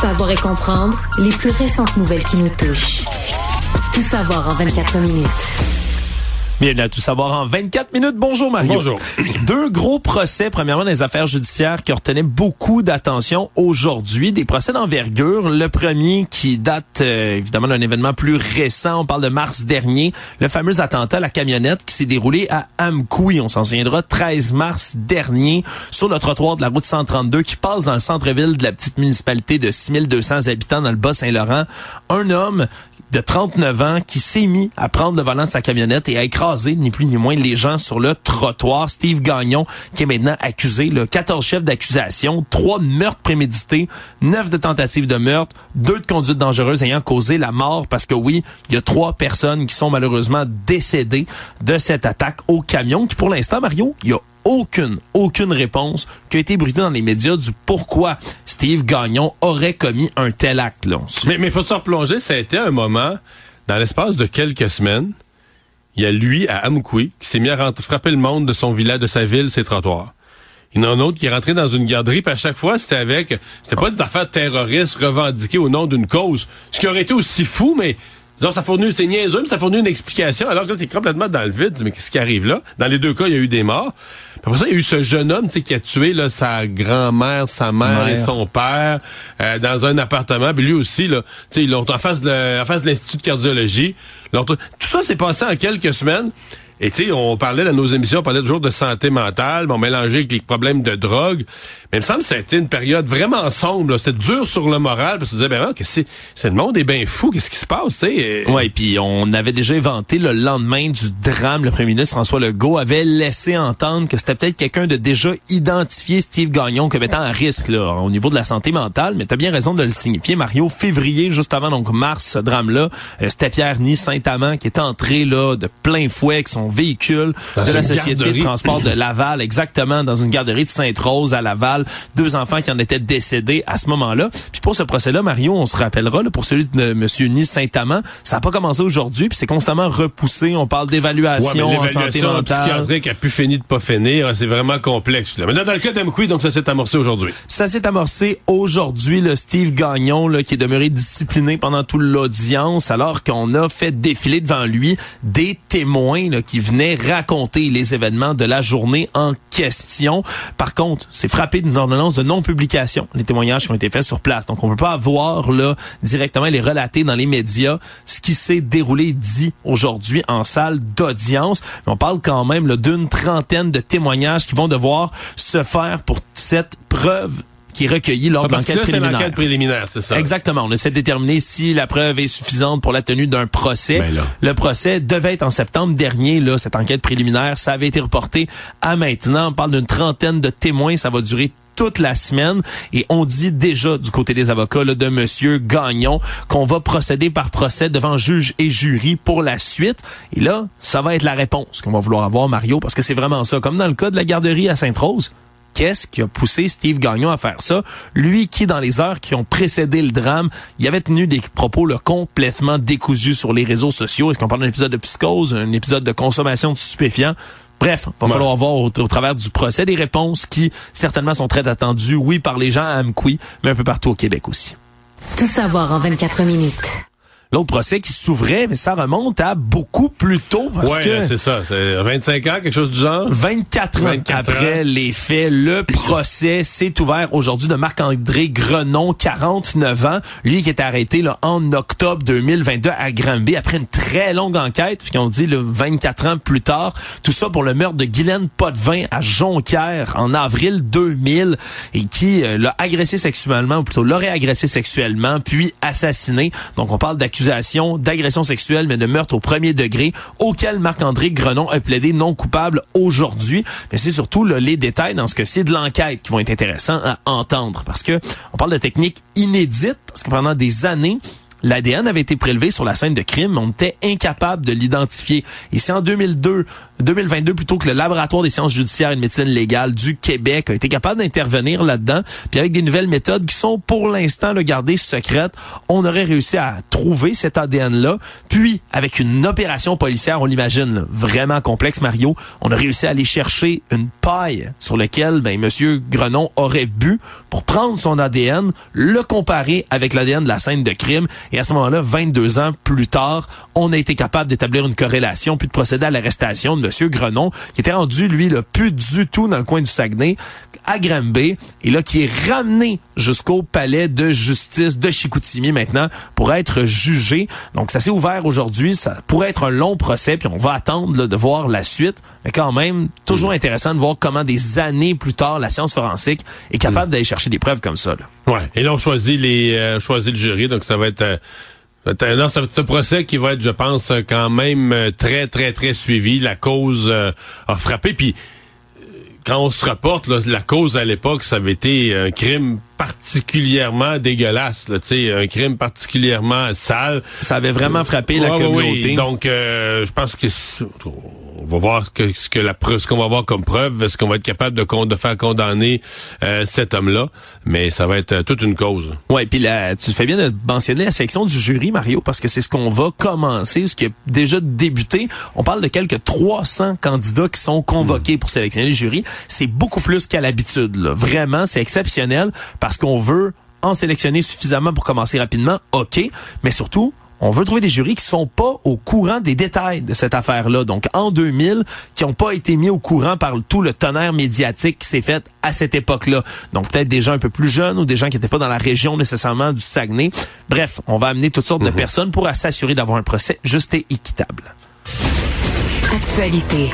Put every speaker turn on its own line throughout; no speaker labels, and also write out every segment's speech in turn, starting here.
savoir et comprendre les plus récentes nouvelles qui nous touchent. Tout savoir en 24 minutes.
Bienvenue à Tout savoir en 24 minutes. Bonjour Mario.
Bonjour.
2 gros procès, premièrement, dans les affaires judiciaires qui retenaient beaucoup d'attention aujourd'hui. Des procès d'envergure. Le premier qui date évidemment d'un événement plus récent. On parle de mars dernier. Le fameux attentat à la camionnette qui s'est déroulé à Amqui. On s'en souviendra, 13 mars dernier, sur le trottoir de la route 132 qui passe dans le centre-ville de la petite municipalité de 6200 habitants dans le Bas-Saint-Laurent. Un homme de 39 ans qui s'est mis à prendre le volant de sa camionnette et à écraser, ni plus ni moins, les gens sur le trottoir. Steve Gagnon, qui est maintenant accusé, 14 chefs d'accusation, 3 de meurtres prémédités, 9 de tentatives de meurtre, 2 de conduite dangereuse ayant causé la mort parce que oui, il y a 3 personnes qui sont malheureusement décédées de cette attaque au camion qui, pour l'instant, Mario, il y a aucune réponse qui a été bruitée dans les médias du pourquoi Steve Gagnon aurait commis un tel acte. Là.
Mais faut se replonger, ça a été un moment, dans l'espace de quelques semaines, il y a lui, à Amqui, qui s'est mis à frapper le monde de son village, de sa ville, ses trottoirs. Il y en a un autre qui est rentré dans une garderie, puis à chaque fois, c'était pas des affaires terroristes revendiquées au nom d'une cause. Ce qui aurait été aussi fou, mais c'est niaiseux, mais ça fournit une explication, alors que là, t'es complètement dans le vide. Mais qu'est-ce qui arrive là? Dans les 2 cas, il y a eu des morts. Puis après ça, il y a eu ce jeune homme, qui a tué là, sa grand-mère, sa mère et son père dans un appartement. Puis lui aussi, là, ils l'ont en face de l'Institut de cardiologie. Tout ça s'est passé en quelques semaines. Et on parlait dans nos émissions, on parlait toujours de santé mentale, on mélangeait avec les problèmes de drogue. Mais il me semble que ça a été une période vraiment sombre. Là. C'était dur sur le moral, parce qu'on se disait, c'est le monde est bien fou, qu'est-ce qui se passe,
Ouais, puis on avait déjà inventé le lendemain du drame, le premier ministre François Legault avait laissé entendre que c'était peut-être quelqu'un de déjà identifié, Steve Gagnon, comme étant à risque là, au niveau de la santé mentale. Mais t'as bien raison de le signifier, Mario. Février, juste avant donc mars, ce drame-là, c'était Pierre-Ny Saint-Amand qui est entré là de plein fouet avec son véhicule de la Société de transport de Laval, exactement, dans une garderie de Sainte-Rose à Laval. 2 enfants qui en étaient décédés à ce moment-là. Puis pour ce procès-là, Mario, on se rappellera, là, pour celui de M. Ny Saint-Amand, ça n'a pas commencé aujourd'hui, puis c'est constamment repoussé. On parle d'évaluation en santé mentale.
Psychiatrique a pu finir de pas finir. C'est vraiment complexe. Là. Mais dans le cas d'Amqui, donc ça s'est amorcé aujourd'hui.
Ça s'est amorcé aujourd'hui. Le Steve Gagnon, là, qui est demeuré discipliné pendant toute l'audience, alors qu'on a fait défiler devant lui des témoins là, qui venaient raconter les événements de la journée en question. Par contre, c'est frappé d'une ordonnance de non-publication, les témoignages qui ont été faits sur place. Donc, on peut pas avoir là directement les relater dans les médias ce qui s'est déroulé dit aujourd'hui en salle d'audience. Mais on parle quand même là, d'une trentaine de témoignages qui vont devoir se faire pour cette preuve qui est recueilli lors de l'enquête préliminaire.
C'est l'enquête préliminaire, c'est ça?
Exactement. On essaie de déterminer si la preuve est suffisante pour la tenue d'un procès. Le procès devait être en septembre dernier, là, cette enquête préliminaire. Ça avait été reporté à maintenant. On parle d'une trentaine de témoins. Ça va durer toute la semaine et on dit déjà du côté des avocats là, de Monsieur Gagnon qu'on va procéder par procès devant juge et jury pour la suite. Et là, ça va être la réponse qu'on va vouloir avoir, Mario, parce que c'est vraiment ça. Comme dans le cas de la garderie à Sainte-Rose, qu'est-ce qui a poussé Steve Gagnon à faire ça? Lui qui, dans les heures qui ont précédé le drame, il avait tenu des propos là, complètement décousus sur les réseaux sociaux. Est-ce qu'on parle d'un épisode de psychose, un épisode de consommation de stupéfiants? Bref, il va falloir voir au travers du procès des réponses qui, certainement, sont très attendues, oui, par les gens à Amqui, mais un peu partout au Québec aussi.
Tout savoir en 24 minutes.
L'autre procès qui s'ouvrait, mais ça remonte à beaucoup plus tôt. Parce que
c'est ça. C'est 25 ans, quelque chose du genre?
24 ans après les faits, le procès s'est ouvert aujourd'hui de Marc-André Grenon, 49 ans. Lui qui était arrêté là, en octobre 2022 à Granby après une très longue enquête. Puis on dit 24 ans plus tard. Tout ça pour le meurtre de Guylaine Potvin à Jonquière en avril 2000 et qui l'a agressé sexuellement, ou plutôt l'aurait agressé sexuellement, puis assassiné. Donc on parle d'accusation d'agression sexuelle, mais de meurtre au premier degré, auquel Marc-André Grenon a plaidé non coupable aujourd'hui. Mais c'est surtout là, les détails dans ce cas-ci de l'enquête qui vont être intéressants à entendre. Parce que on parle de techniques inédites, parce que pendant des années, l'ADN avait été prélevé sur la scène de crime, mais on était incapable de l'identifier. Et c'est en 2002, 2022 plutôt que le Laboratoire des sciences judiciaires et de médecine légale du Québec a été capable d'intervenir là-dedans. Puis avec des nouvelles méthodes qui sont pour l'instant gardées secrètes, on aurait réussi à trouver cet ADN-là. Puis avec une opération policière, on l'imagine, là, vraiment complexe, Mario, on a réussi à aller chercher une paille sur laquelle Monsieur Grenon aurait bu pour prendre son ADN, le comparer avec l'ADN de la scène de crime. Et à ce moment-là, 22 ans plus tard, on a été capable d'établir une corrélation puis de procéder à l'arrestation de Monsieur Grenon, qui était rendu, lui, plus du tout dans le coin du Saguenay, à Granby, et là, qui est ramené jusqu'au palais de justice de Chicoutimi maintenant pour être jugé. Donc, ça s'est ouvert aujourd'hui. Ça pourrait être un long procès, puis on va attendre de voir la suite. Mais quand même, toujours intéressant de voir comment des années plus tard, la science forensique est capable d'aller chercher des preuves comme ça. Là.
Ouais. Et là, on choisit le jury, donc ça va être... ce procès qui va être, je pense, quand même très, très, très suivi. La cause a frappé. Puis, quand on se rapporte, là, la cause à l'époque, ça avait été un crime particulièrement dégueulasse, là, un crime particulièrement sale.
Ça avait vraiment frappé la communauté.
Oui. Donc, je pense que on va voir ce qu'on va avoir comme preuve, est-ce qu'on va être capable de faire condamner cet homme-là, mais ça va être toute une cause.
Ouais, puis là, tu fais bien de mentionner la section du jury, Mario, parce que c'est ce qu'on va commencer, ce qui a déjà débuté. On parle de quelques 300 candidats qui sont convoqués pour sélectionner le jury. C'est beaucoup plus qu'à l'habitude, là. Vraiment, c'est exceptionnel parce qu'on veut en sélectionner suffisamment pour commencer rapidement, OK, mais surtout, on veut trouver des jurys qui sont pas au courant des détails de cette affaire-là. Donc, en 2000, qui n'ont pas été mis au courant par tout le tonnerre médiatique qui s'est fait à cette époque-là. Donc, peut-être des gens un peu plus jeunes ou des gens qui n'étaient pas dans la région nécessairement du Saguenay. Bref, on va amener toutes sortes de personnes pour s'assurer d'avoir un procès juste et équitable.
Actualité.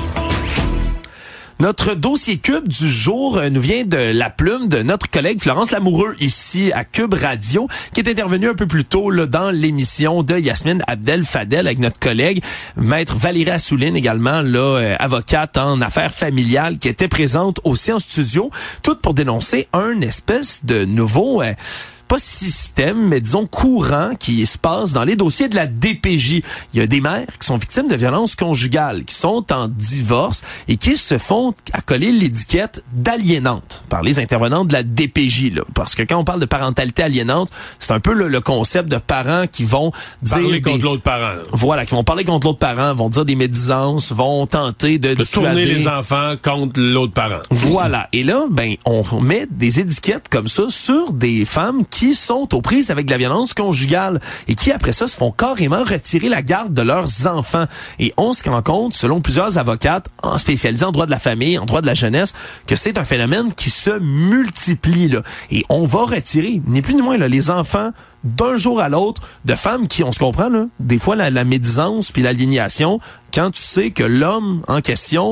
Notre dossier Cube du jour nous vient de la plume de notre collègue Florence Lamoureux ici à Cube Radio, qui est intervenue un peu plus tôt là, dans l'émission de Yasmine Abdel-Fadel avec notre collègue Maître Valérie Assouline également, là, avocate en affaires familiales, qui était présente aussi en studio, tout pour dénoncer un espèce de nouveau... pas système, mais disons courant qui se passe dans les dossiers de la DPJ. Il y a des mères qui sont victimes de violences conjugales, qui sont en divorce et qui se font accoler l'étiquette d'aliénante par les intervenants de la DPJ. Là. Parce que quand on parle de parentalité aliénante, c'est un peu le concept de parents qui vont dire...
Parler contre l'autre parent. Là.
Voilà, qui vont parler contre l'autre parent, vont dire des médisances, vont tenter de
tourner les enfants contre l'autre parent.
Voilà. Et là, on met des étiquettes comme ça sur des femmes qui sont aux prises avec de la violence conjugale et qui, après ça, se font carrément retirer la garde de leurs enfants. Et on se rend compte, selon plusieurs avocates spécialisées en droit de la famille, en droit de la jeunesse, que c'est un phénomène qui se multiplie. Là. Et on va retirer, ni plus ni moins, là, les enfants d'un jour à l'autre de femmes qui, on se comprend, là, des fois la médisance puis l'aliénation, quand tu sais que l'homme en question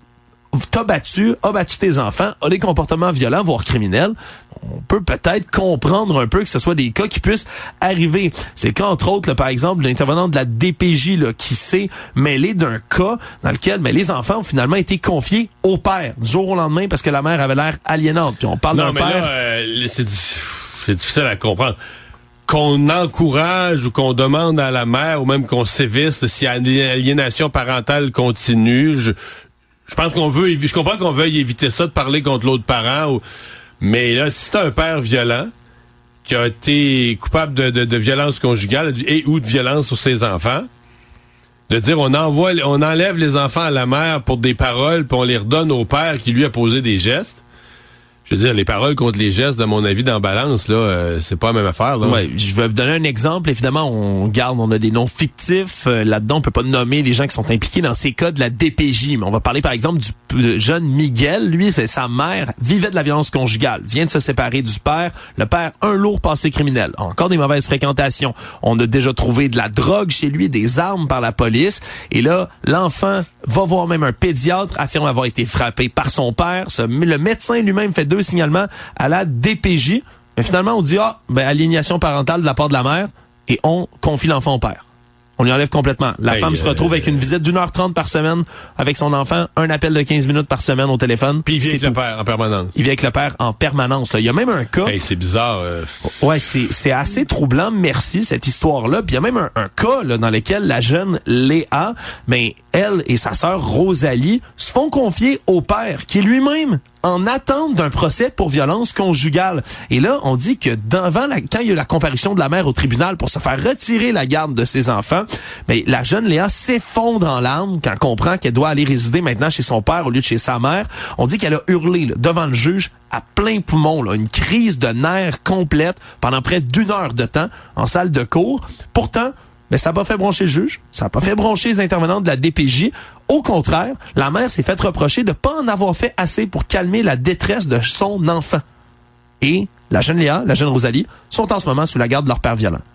a battu tes enfants, a des comportements violents, voire criminels, on peut peut-être comprendre un peu que ce soit des cas qui puissent arriver. C'est le cas, entre autres, là, par exemple, de l'intervenant de la DPJ là, qui s'est mêlé d'un cas dans lequel les enfants ont finalement été confiés au père du jour au lendemain parce que la mère avait l'air aliénante. Puis on parle d'un père...
Là, c'est difficile à comprendre. Qu'on encourage ou qu'on demande à la mère ou même qu'on sévisse si l'aliénation parentale continue... Je pense je comprends qu'on veuille éviter ça de parler contre l'autre parent, mais là, si c'est un père violent qui a été coupable de violence conjugale et ou de violence sur ses enfants, de dire on enlève les enfants à la mère pour des paroles puis on les redonne au père qui lui a posé des gestes. Je veux dire, les paroles contre les gestes, de mon avis, dans Balance, là, c'est pas la même affaire. Là.
Ouais, je vais vous donner un exemple. Évidemment, on a des noms fictifs. Là-dedans, on peut pas nommer les gens qui sont impliqués dans ces cas de la DPJ. Mais on va parler, par exemple, du jeune Miguel. Lui, sa mère vivait de la violence conjugale, vient de se séparer du père. Le père, un lourd passé criminel. Encore des mauvaises fréquentations. On a déjà trouvé de la drogue chez lui, des armes par la police. Et là, l'enfant va voir même un pédiatre, affirme avoir été frappé par son père. Le médecin lui-même fait 2 signalements à la DPJ. Mais finalement, on dit, aliénation parentale de la part de la mère et on confie l'enfant au père. On lui enlève complètement. La femme se retrouve avec une visite d'1h30 par semaine avec son enfant, un appel de 15 minutes par semaine au téléphone.
Puis il vient avec le père en permanence.
Il vient avec le père en permanence. Là. Il y a même un cas...
c'est bizarre.
Ouais, c'est assez troublant, merci, cette histoire-là. Puis il y a même un cas là, dans lequel la jeune Léa, elle et sa sœur Rosalie se font confier au père, qui est lui-même en attente d'un procès pour violence conjugale. Et là, on dit que quand il y a eu la comparution de la mère au tribunal pour se faire retirer la garde de ses enfants, mais la jeune Léa s'effondre en larmes quand elle comprend qu'elle doit aller résider maintenant chez son père au lieu de chez sa mère. On dit qu'elle a hurlé devant le juge à plein poumon, une crise de nerfs complète pendant près d'1 heure de temps en salle de cour. Pourtant, mais ça n'a pas fait broncher le juge, ça n'a pas fait broncher les intervenants de la DPJ. Au contraire, la mère s'est fait reprocher de ne pas en avoir fait assez pour calmer la détresse de son enfant. Et la jeune Léa, la jeune Rosalie, sont en ce moment sous la garde de leur père violent.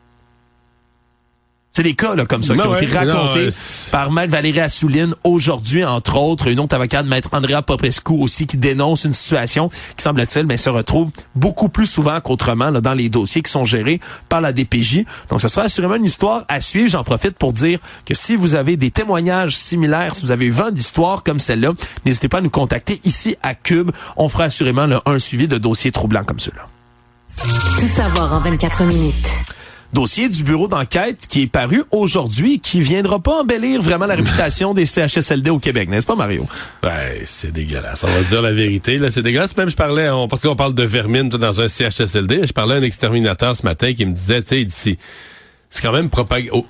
C'est des cas comme ça qui ont été racontés par Maître Valérie Assouline aujourd'hui, entre autres. Une autre avocate, Maître Andrea Popescu aussi, qui dénonce une situation qui, semble-t-il, se retrouve beaucoup plus souvent qu'autrement dans les dossiers qui sont gérés par la DPJ. Donc, ce sera assurément une histoire à suivre. J'en profite pour dire que si vous avez des témoignages similaires, si vous avez eu vent d'histoires comme celle-là, n'hésitez pas à nous contacter ici à Cube. On fera assurément un suivi de dossiers troublants comme ceux-là.
Tout savoir en 24 minutes.
Dossier du bureau d'enquête qui est paru aujourd'hui et qui viendra pas embellir vraiment la réputation des CHSLD au Québec, n'est-ce pas, Mario?
Ouais, c'est dégueulasse. On va dire la vérité, là, c'est dégueulasse. Même, parce qu'on parle de vermine dans un CHSLD, je parlais à un exterminateur ce matin qui me disait, tu sais, c'est quand même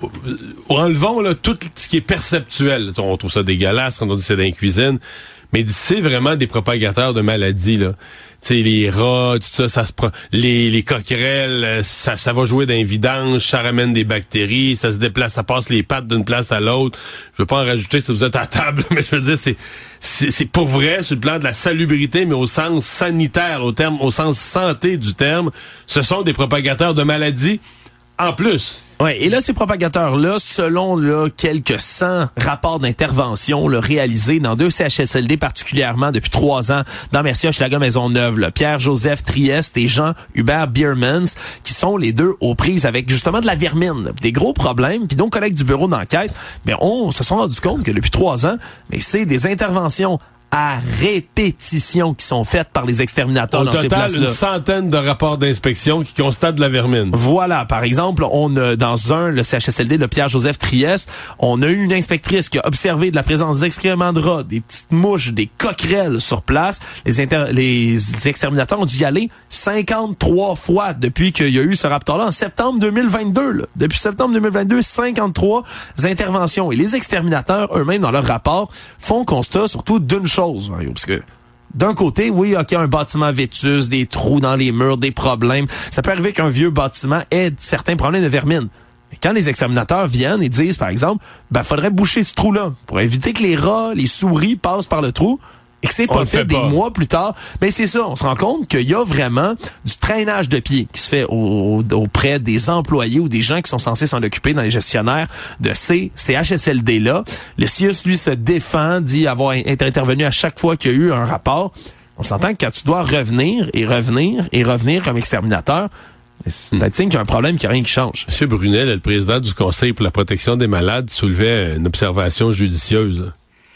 enlevons tout ce qui est perceptuel. On trouve ça dégueulasse quand on dit c'est dans la cuisine. Mais c'est vraiment des propagateurs de maladies, là. Tu sais, les rats, tout ça se prend. Les coquerelles, ça va jouer dans les vidanges, ça ramène des bactéries, ça se déplace, ça passe les pattes d'une place à l'autre. Je veux pas en rajouter si vous êtes à table, mais je veux dire, c'est pour vrai sur le plan de la salubrité, mais au sens sanitaire, au sens santé du terme. Ce sont des propagateurs de maladies en plus.
Ouais, et là, ces propagateurs-là, selon quelques 100 rapports d'intervention réalisés dans 2 CHSLD particulièrement depuis 3 ans, dans Mercier-Hochelaga Maisonneuve, Pierre-Joseph Trieste et Jean-Hubert Biermans, qui sont les 2 aux prises avec justement de la vermine, des gros problèmes. Puis donc, collègues du bureau d'enquête, on se sont rendu compte que depuis 3 ans, c'est des interventions à répétition qui sont faites par les exterminateurs dans ces places-là.
Au total, une centaine de rapports d'inspection qui constatent de la vermine.
Voilà. Par exemple, on a le CHSLD, le Pierre-Joseph Trieste, on a eu une inspectrice qui a observé de la présence d'excréments de rats, des petites mouches, des coquerelles sur place. Les exterminateurs ont dû y aller 53 fois depuis qu'il y a eu ce raptor-là en septembre 2022. Depuis septembre 2022, 53 interventions. Et les exterminateurs, eux-mêmes, dans leur rapport, font constat surtout d'une chose, Mario, parce que d'un côté, oui, OK, un bâtiment vétus, des trous dans les murs, des problèmes. Ça peut arriver qu'un vieux bâtiment ait certains problèmes de vermine. Mais quand les exterminateurs viennent et disent, par exemple, faudrait boucher ce trou-là pour éviter que les rats, les souris passent par le trou, et que c'est pas fait des mois plus tard, c'est ça, on se rend compte qu'il y a vraiment du traînage de pieds qui se fait auprès des employés ou des gens qui sont censés s'en occuper dans les gestionnaires de ces CHSLD-là. Le CIUS, lui, se défend, dit avoir été intervenu à chaque fois qu'il y a eu un rapport. On s'entend que quand tu dois revenir comme exterminateur, c'est peut-être signe qu'il y a un problème, qu'il n'y a rien qui change.
M. Brunel, le président du Conseil pour la protection des malades, soulevait une observation judicieuse.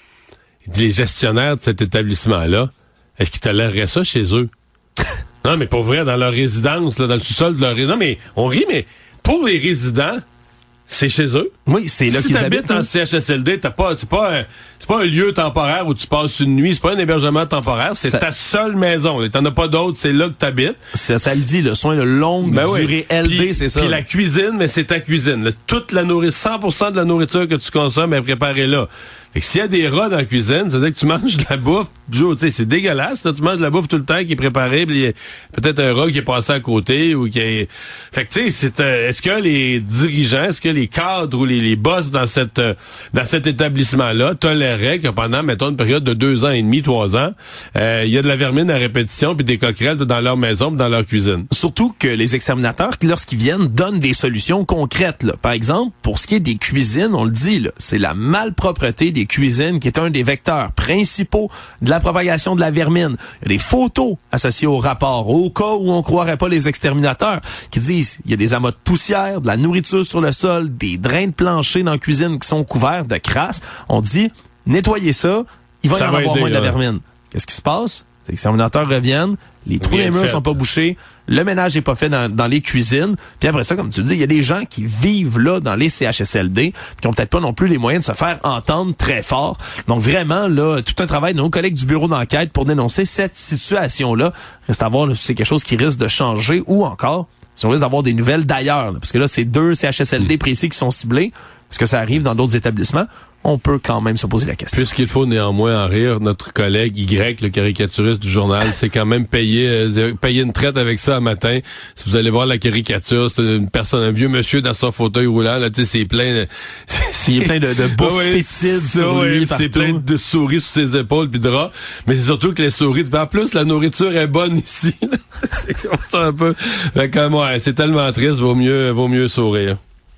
Il dit, les gestionnaires de cet établissement-là, est-ce qu'ils toléreraient ça chez eux? Non, mais pour vrai, dans leur résidence, dans le sous-sol de leur résidence. Non, mais on rit, mais pour les résidents, c'est chez eux.
Oui, c'est là qu'ils habitent.
Si t'habites en CHSLD, c'est pas un lieu temporaire où tu passes une nuit, c'est pas un hébergement temporaire, c'est ta seule maison. T'en as pas d'autre, c'est là que t'habittes.
Ça le dit, le soin de longue durée LD, c'est ça.
Puis la cuisine, mais c'est ta cuisine. Toute la nourriture, 100% de la nourriture que tu consommes est préparée là. Fait que s'il y a des rats dans la cuisine, ça veut dire que tu manges de la bouffe, tu sais, c'est dégueulasse, là, tu manges de la bouffe tout le temps qui est préparée, puis il y a peut-être un rat qui est passé à côté ou qui est... Fait que tu sais, est-ce que les dirigeants, est-ce que les cadres ou les boss dans cet établissement-là toléraient que pendant, mettons, une période de 2 ans et demi, 3 ans, il y a de la vermine à répétition puis des coquerelles dans leur maison puis dans leur cuisine?
Surtout que les exterminateurs, lorsqu'ils viennent, donnent des solutions concrètes, là. Par exemple, pour ce qui est des cuisines, on le dit, là, c'est la malpropreté des cuisines qui est un des vecteurs principaux de la propagation de la vermine. Il y a des photos associées au rapport, au cas où on croirait pas les exterminateurs, qui disent il y a des amas de poussière, de la nourriture sur le sol, des drains de plancher dans la cuisine qui sont couverts de crasse. On dit nettoyez ça, il va y en avoir moins de la vermine. Qu'est-ce qui se passe? Les exterminateurs reviennent, les trous des murs sont pas bouchés, le ménage est pas fait dans les cuisines. Puis après ça, comme tu le dis, il y a des gens qui vivent là dans les CHSLD, qui ont peut-être pas non plus les moyens de se faire entendre très fort. Donc vraiment, là, tout un travail de nos collègues du bureau d'enquête pour dénoncer cette situation-là. Reste à voir si c'est quelque chose qui risque de changer ou encore si on risque d'avoir des nouvelles d'ailleurs. Là, parce que là, c'est 2 CHSLD précis qui sont ciblés. Est-ce que ça arrive dans d'autres établissements? On peut quand même se poser la question.
Puisqu'il faut néanmoins en rire, notre collègue Y, le caricaturiste du journal, s'est quand même payé une traite avec ça un matin. Si vous allez voir la caricature, c'est une personne, un vieux monsieur dans son fauteuil roulant, là, tu sais, c'est plein
il est plein de bouffe fétide sur lui partout.
C'est plein de souris sous ses épaules puis de rats. Mais c'est surtout que les souris, en plus, la nourriture est bonne ici, là. C'est un peu, fait comme, ouais, c'est tellement triste, vaut mieux sourire.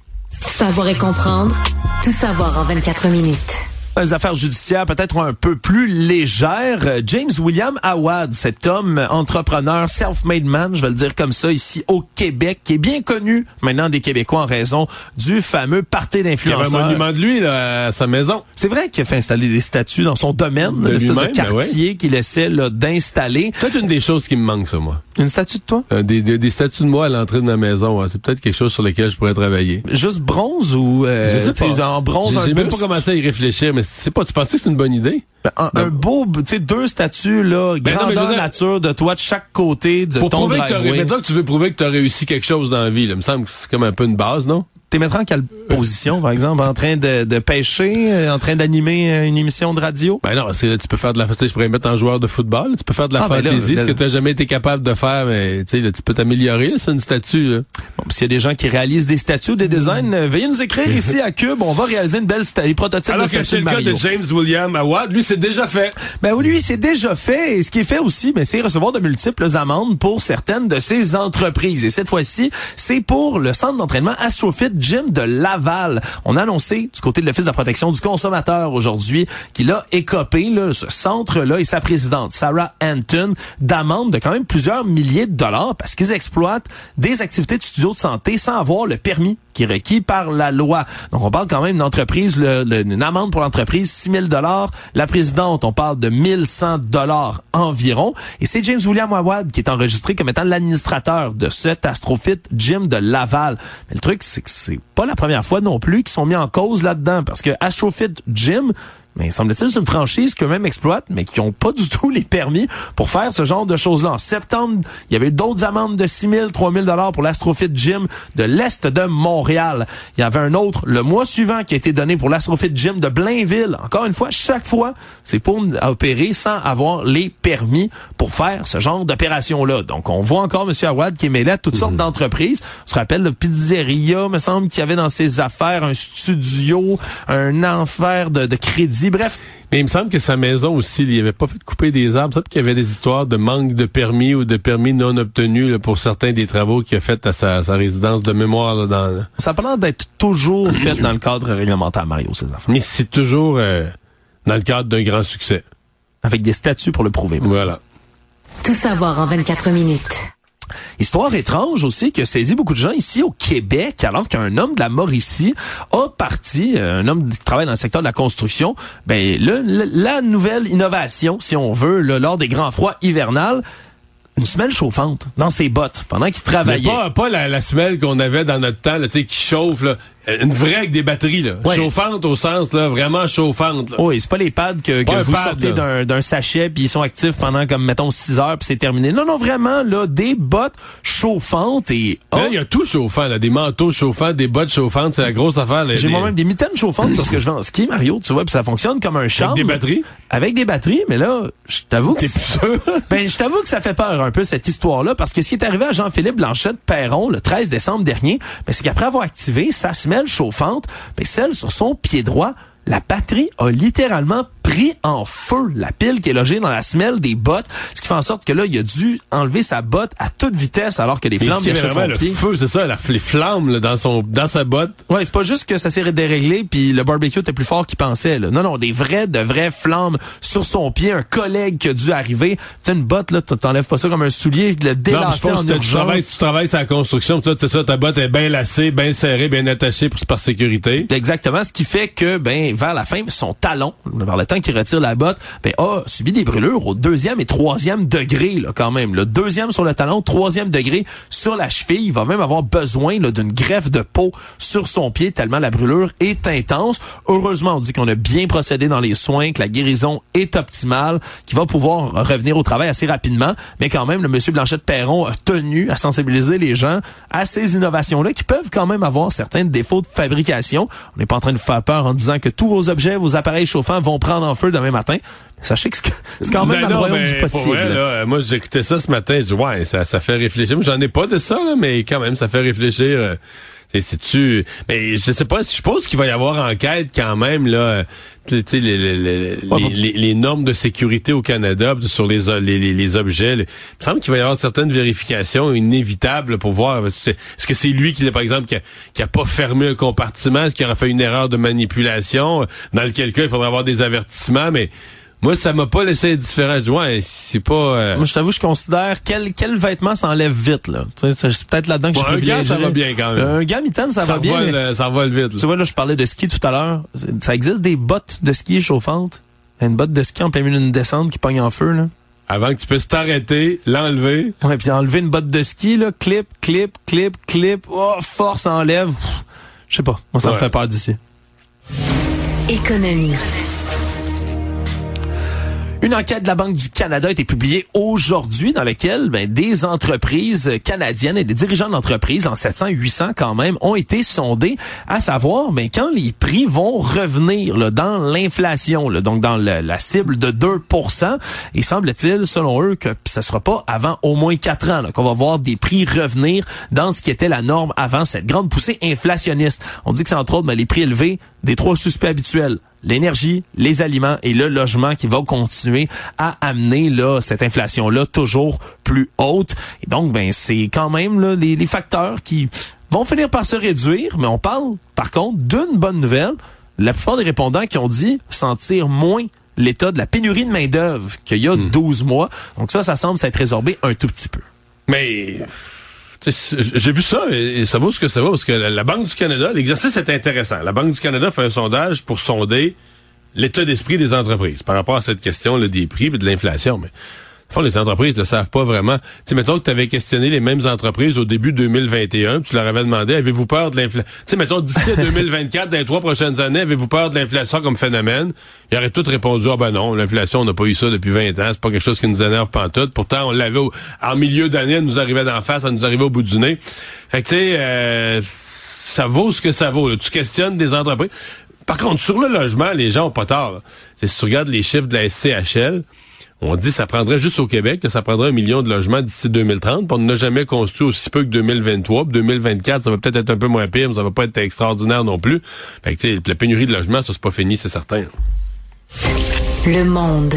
Savoir et comprendre, tout savoir en 24 minutes.
Les affaires judiciaires peut-être un peu plus légères. James William Awad, cet homme entrepreneur, self-made man, je vais le dire comme ça, ici au Québec, qui est bien connu maintenant des Québécois en raison du fameux party d'influenceurs.
Il y avait un monument de lui là, à sa maison.
C'est vrai qu'il a fait installer des statues dans son domaine, l'espèce de quartier qu'il essaie là, d'installer.
C'est une des choses qui me manque, ça, moi.
Une statue de toi?
Des statues de moi à l'entrée de ma maison. Ouais. C'est peut-être quelque chose sur lequel je pourrais travailler.
Juste bronze ou
je sais pas.
En bronze,
j'ai même pas commencé à y réfléchir, mais tu penses que c'est une bonne idée?
Un beau, tu sais, 2 statues, là, grandeur nature de toi de chaque côté de ton driveway.
Mettons que tu veux prouver que tu as réussi quelque chose dans la vie, là. Il me semble que c'est comme un peu une base, non?
T'es mettre en quelle position, par exemple? En train de pêcher? En train d'animer une émission de radio?
Ben non, tu peux faire de la je pourrais mettre en joueur de football. Tu peux faire de la fantaisie, ce que tu n'as jamais été capable de faire, mais tu sais, tu peux t'améliorer, là, c'est une statue. Là.
Bon, s'il y a des gens qui réalisent des statues, des designs, veuillez nous écrire ici à Cube. On va réaliser une belle prototype de statue de Mario.
Alors que c'est le cas de James William Awad, lui, c'est déjà fait.
Ben oui, lui, c'est déjà fait. Et ce qui est fait aussi, c'est recevoir de multiples amendes pour certaines de ses entreprises. Et cette fois-ci, c'est pour le centre d'entraînement Astrofit Gym de Laval. On a annoncé du côté de l'Office de la protection du consommateur aujourd'hui qu'il a écopé ce centre-là et sa présidente, Sarah Anton, d'amende de quand même plusieurs milliers de dollars parce qu'ils exploitent des activités de studio de santé sans avoir le permis qui est requis par la loi. Donc, on parle quand même d'une entreprise, une amende pour l'entreprise, 6 000 $. La présidente, on parle de 1 100 $ environ. Et c'est James William Awad qui est enregistré comme étant l'administrateur de cet Astrofit Gym de Laval. Mais le truc, c'est que c'est pas la première fois non plus qu'ils sont mis en cause là-dedans parce que Astrofit Gym, mais semble-t-il, c'est une franchise qu'eux-mêmes exploitent, mais qui n'ont pas du tout les permis pour faire ce genre de choses-là. En septembre, il y avait d'autres amendes de 6 000, 3 000 $ pour l'Astrofit Gym de l'Est de Montréal. Il y avait un autre le mois suivant qui a été donné pour l'Astrofit Gym de Blainville. Encore une fois, chaque fois, c'est pour opérer sans avoir les permis pour faire ce genre d'opération-là. Donc, on voit encore M. Awad qui est mêlé à toutes sortes d'entreprises. On se rappelle le pizzeria, me semble, qu'il y avait dans ses affaires un studio, un enfer de crédit. Bref.
Mais il me semble que sa maison aussi, il avait pas fait couper des arbres. Il y avait des histoires de manque de permis ou de permis non obtenus là, pour certains des travaux qu'il a fait à sa résidence de mémoire. Là,
Ça a pas l'air d'être toujours fait dans le cadre réglementaire, Mario, ces affaires.
Mais c'est toujours dans le cadre d'un grand succès.
Avec des statuts pour le prouver.
Voilà.
Tout savoir en 24 minutes.
Histoire étrange aussi qui a saisi beaucoup de gens ici au Québec, alors qu'un homme de la Mauricie a parti, un homme qui travaille dans le secteur de la construction, la nouvelle innovation, si on veut, lors des grands froids hivernales, une semelle chauffante dans ses bottes pendant qu'il travaillait.
Mais pas la semelle qu'on avait dans notre temps, là, qui chauffe, là. Une vraie avec des batteries, là. Ouais. Chauffante au sens, là, vraiment chauffante, là.
Oui, c'est pas les pads que vous sortez d'un sachet puis ils sont actifs pendant comme, mettons, 6 heures puis c'est terminé. Non, vraiment, là, des bottes chauffantes et...
Là, il y a tout chauffant, là. Des manteaux chauffants, des bottes chauffantes, c'est la grosse affaire, là.
J'ai moi-même des mitaines chauffantes parce que je vais en ski, Mario, tu vois, puis ça fonctionne comme un charme.
Avec des batteries?
Avec des batteries, mais là, je t'avoue que...
T'es plus sûr?
Je t'avoue que ça fait peur un peu, cette histoire-là, parce que ce qui est arrivé à Jean-Philippe Blanchette-Perron le 13 décembre dernier, c'est qu'après avoir activé sa semelle chauffante, celle sur son pied droit, la batterie a littéralement pris en feu la pile qui est logée dans la semelle des bottes, ce qui fait en sorte que là, il a dû enlever sa botte à toute vitesse alors que les flammes déchaient son pied.
Le feu, c'est ça, les flammes là, dans sa botte.
Ouais, c'est pas juste que ça s'est déréglé puis le barbecue était plus fort qu'il pensait. Là. Non, de vraies flammes sur son pied. Un collègue qui a dû arriver. Tu sais, une botte, là, t'enlèves pas ça comme un soulier, le délasser en urgence.
Tu travailles sur la construction, tu sais ça, ta botte est bien lacée, bien serrée, bien attachée par sécurité.
Exactement, ce qui fait que, vers la fin, son talon, vers le temps qui retire la botte, a subi des brûlures au 2e et 3e degré, là, quand même. Le 2e sur le talon, 3e degré sur la cheville. Il va même avoir besoin là, d'une greffe de peau sur son pied, tellement la brûlure est intense. Heureusement, on dit qu'on a bien procédé dans les soins, que la guérison est optimale, qu'il va pouvoir revenir au travail assez rapidement. Mais quand même, le monsieur Blanchette-Perron a tenu à sensibiliser les gens à ces innovations-là qui peuvent quand même avoir certains défauts de fabrication. On n'est pas en train de vous faire peur en disant que tous vos objets, vos appareils chauffants vont prendre en feu demain matin. Sachez que c'est quand même le royaume du possible.
Vrai, là, moi, j'écoutais ça ce matin, je dis, ouais, ça fait réfléchir. Moi, j'en ai pas de ça, là, mais quand même, ça fait réfléchir. Mais je sais pas, je suppose qu'il va y avoir enquête quand même, là, les normes de sécurité au Canada sur les objets. Il me semble qu'il va y avoir certaines vérifications inévitables pour voir est-ce que c'est lui qui, par exemple, qui a pas fermé un compartiment, est-ce qu'il aura fait une erreur de manipulation, dans lequel cas il faudra avoir des avertissements, mais moi, ça m'a pas laissé indifférent. Je dis, ouais, c'est pas...
Moi, je t'avoue, je considère quel vêtement s'enlève vite, là. C'est peut-être là-dedans que je peux
un gars, ça va bien quand même.
Un gars mitaine, ça va bien.
Ça vole vite. Là.
Tu vois, là, je parlais de ski tout à l'heure. Ça existe des bottes de ski chauffantes. Une botte de ski en plein milieu d'une descente qui pogne en feu, là.
Avant que tu puisses t'arrêter, l'enlever.
Ouais, puis enlever une botte de ski, là. Clip. Oh, force, enlève. Je sais pas. Moi, ça me fait peur d'ici.
Économie.
Une enquête de la Banque du Canada a été publiée aujourd'hui dans laquelle des entreprises canadiennes et des dirigeants d'entreprises, en 700-800 quand même, ont été sondés à savoir quand les prix vont revenir là, dans l'inflation, là, donc dans la cible de 2%. Et semble-t-il, selon eux, que ça sera pas avant au moins 4 ans là, qu'on va voir des prix revenir dans ce qui était la norme avant cette grande poussée inflationniste. On dit que c'est entre autres les prix élevés des 3 suspects habituels. L'énergie, les aliments et le logement qui vont continuer à amener là cette inflation-là toujours plus haute. Et donc, c'est quand même là, les facteurs qui vont finir par se réduire. Mais on parle, par contre, d'une bonne nouvelle. La plupart des répondants qui ont dit sentir moins l'état de la pénurie de main-d'œuvre qu'il y a 12 mois. Donc ça semble s'être résorbé un tout petit peu.
Mais... j'ai vu ça et ça vaut ce que ça vaut parce que la Banque du Canada, l'exercice est intéressant. La Banque du Canada fait un sondage pour sonder l'état d'esprit des entreprises par rapport à cette question là, des prix et de l'inflation. Mais au fond, les entreprises ne savent pas vraiment. Tu sais, mettons que tu avais questionné les mêmes entreprises au début 2021, tu leur avais demandé, avez-vous peur de l'inflation? Tu sais, mettons, d'ici à 2024, dans les 3 prochaines années, avez-vous peur de l'inflation comme phénomène? Ils auraient tous répondu, non, l'inflation, on n'a pas eu ça depuis 20 ans, c'est pas quelque chose qui nous énerve pantoute. Pourtant, on l'avait en milieu d'année, elle nous arrivait d'en face, elle nous arrivait au bout du nez. Fait que, tu sais, ça vaut ce que ça vaut. Là. Tu questionnes des entreprises. Par contre, sur le logement, les gens ont pas tort. Là. Si tu regardes les chiffres de la SCHL, on dit que ça prendrait juste au Québec, que ça prendrait 1 million de logements d'ici 2030. On n'a jamais construit aussi peu que 2023. Puis 2024, ça va peut-être être un peu moins pire, mais ça va pas être extraordinaire non plus. Fait que, la pénurie de logements, ça c'est pas fini, c'est certain.
Le Monde.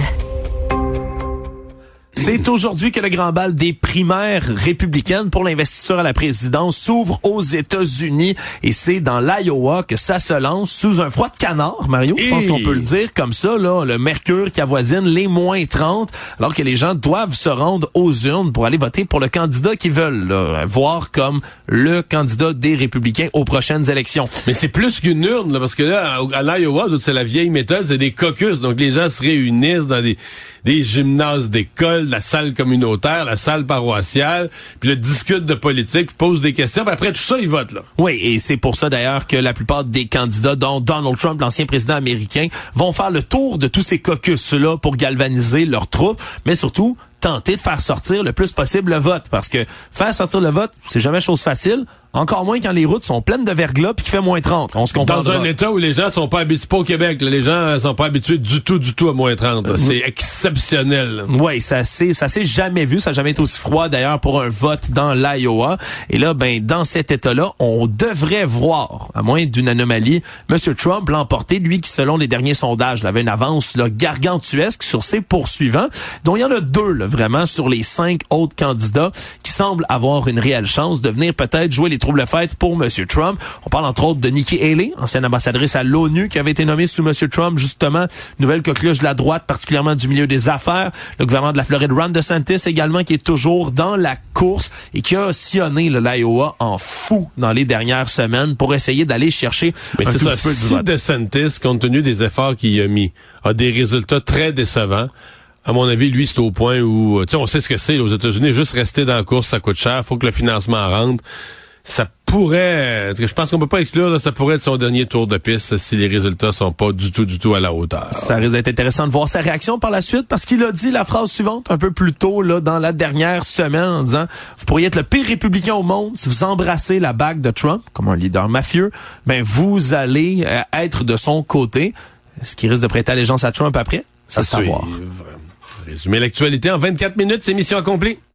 C'est aujourd'hui que le grand bal des primaires républicaines pour l'investiture à la présidence s'ouvre aux États-Unis et c'est dans l'Iowa que ça se lance sous un froid de canard, Mario. Je pense qu'on peut le dire comme ça, là, le mercure qui avoisine les moins 30, alors que les gens doivent se rendre aux urnes pour aller voter pour le candidat qu'ils veulent là, voir comme le candidat des républicains aux prochaines élections.
Mais c'est plus qu'une urne, là, parce que là, à l'Iowa, c'est la vieille méthode, c'est des caucus, donc les gens se réunissent dans des gymnases d'école, la salle communautaire, la salle paroissiale, puis le discute de politique, puis pose des questions, puis après tout ça, ils votent, là.
Oui, et c'est pour ça d'ailleurs que la plupart des candidats, dont Donald Trump, l'ancien président américain, vont faire le tour de tous ces caucus-là pour galvaniser leurs troupes, mais surtout tenter de faire sortir le plus possible le vote, parce que faire sortir le vote, c'est jamais chose facile. Encore moins quand les routes sont pleines de verglas puis qu'il fait moins 30. On se comprend.
Dans un état où les gens sont pas habitués, pas au Québec, là, les gens sont pas habitués du tout à moins 30. C'est exceptionnel.
Oui, ça s'est jamais vu. Ça n'a jamais été aussi froid d'ailleurs pour un vote dans l'Iowa. Et là, dans cet état-là, on devrait voir, à moins d'une anomalie, M. Trump l'emporter, lui qui, selon les derniers sondages, avait une avance là, gargantuesque sur ses poursuivants, dont il y en a 2 là, vraiment sur les 5 autres candidats qui semblent avoir une réelle chance de venir peut-être jouer les trouble fête pour M. Trump. On parle entre autres de Nikki Haley, ancienne ambassadrice à l'ONU, qui avait été nommée sous M. Trump, justement, nouvelle coqueluche de la droite, particulièrement du milieu des affaires. Le gouverneur de la Floride, Ron DeSantis, également, qui est toujours dans la course et qui a sillonné l'Iowa en fou dans les dernières semaines pour essayer d'aller chercher un tout petit peu du vote.
DeSantis, compte tenu des efforts qu'il a mis, a des résultats très décevants. À mon avis, lui, c'est au point où, tu sais, on sait ce que c'est, là, aux États-Unis, juste rester dans la course, ça coûte cher, faut que le financement rentre. Ça pourrait, je pense qu'on peut pas exclure, là, ça pourrait être son dernier tour de piste si les résultats sont pas du tout à la hauteur.
Ça risque d'être intéressant de voir sa réaction par la suite, parce qu'il a dit la phrase suivante un peu plus tôt, là, dans la dernière semaine, en disant « Vous pourriez être le pire républicain au monde si vous embrassez la bague de Trump, comme un leader mafieux, ben vous allez être de son côté. » Ce qui risque de prêter allégeance à Trump après, ça c'est à voir.
Résumer l'actualité en 24 minutes, c'est mission accomplie.